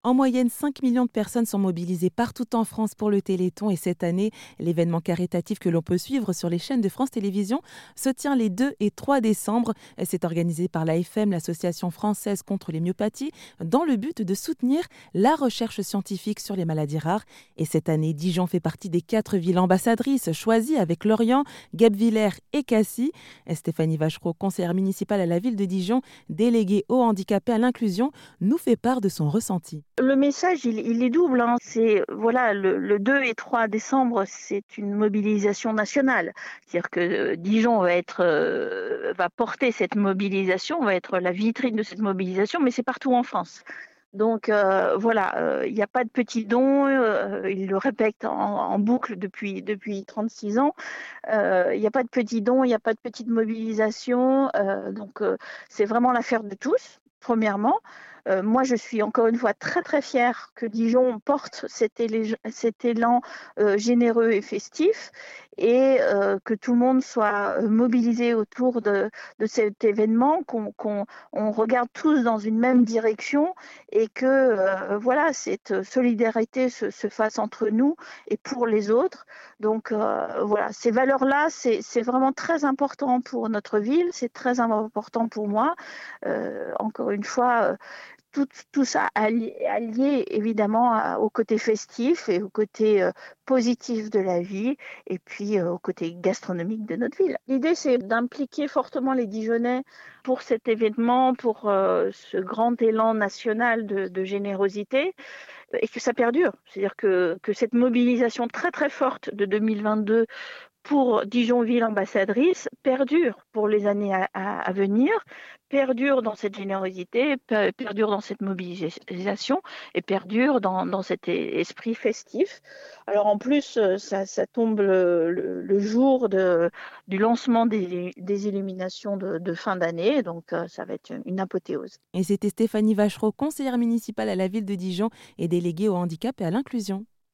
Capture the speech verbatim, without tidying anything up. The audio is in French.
En moyenne, cinq millions de personnes sont mobilisées partout en France pour le Téléthon et cette année, l'événement caritatif que l'on peut suivre sur les chaînes de France Télévisions se tient les deux et trois décembre. C'est organisé par l'A F M, l'Association française contre les myopathies, dans le but de soutenir la recherche scientifique sur les maladies rares. Et cette année, Dijon fait partie des quatre villes ambassadrices choisies avec Lorient, Guebwiller et Cassis. Stéphanie Vachereau, conseillère municipale à la ville de Dijon, déléguée aux handicapés à l'inclusion, nous fait part de son ressenti. Le message, il, il est double. Hein. C'est voilà, le, le deux et trois décembre, c'est une mobilisation nationale. C'est-à-dire que euh, Dijon va être, euh, va porter cette mobilisation, va être la vitrine de cette mobilisation, mais c'est partout en France. Donc euh, voilà, euh, il n'y a pas de petits dons. Euh, il le répète en, en boucle depuis depuis trente-six ans. Euh, Il n'y a pas de petits dons, il n'y a pas de petite mobilisation. Euh, donc euh, c'est vraiment l'affaire de tous. Premièrement, euh, moi je suis encore une fois très très fière que Dijon porte cet, élé- cet élan euh, généreux et festif et euh, que tout le monde soit euh, mobilisé autour de, de cet événement, qu'on qu'on on regarde tous dans une même direction et que euh, voilà, cette solidarité se, se fasse entre nous et pour les autres. Donc euh, voilà, ces valeurs-là, c'est, c'est vraiment très important pour notre ville, c'est très important pour moi. Euh, encore une fois, euh, tout, tout ça allié, allié évidemment à- au côté festif et au côté euh, positif de la vie et puis euh, au côté gastronomique de notre ville. L'idée, c'est d'impliquer fortement les Dijonnais pour cet événement, pour euh, ce grand élan national de, de générosité et que ça perdure. C'est-à-dire que, que cette mobilisation très très forte de deux mille vingt-deux pour Dijon-Ville ambassadrice perdure pour les années à, à, à venir, perdure dans cette générosité, pe- perdure dans cette mobilisation et perdure dans, dans cet e- esprit festif. Alors en plus, euh, ça, ça tombe le, le- le jour de, du lancement des, des illuminations de, de fin d'année, donc euh, ça va être une apothéose. Et c'était Stéphanie Vachereau, conseillère municipale à la ville de Dijon et déléguée au handicap et à l'inclusion.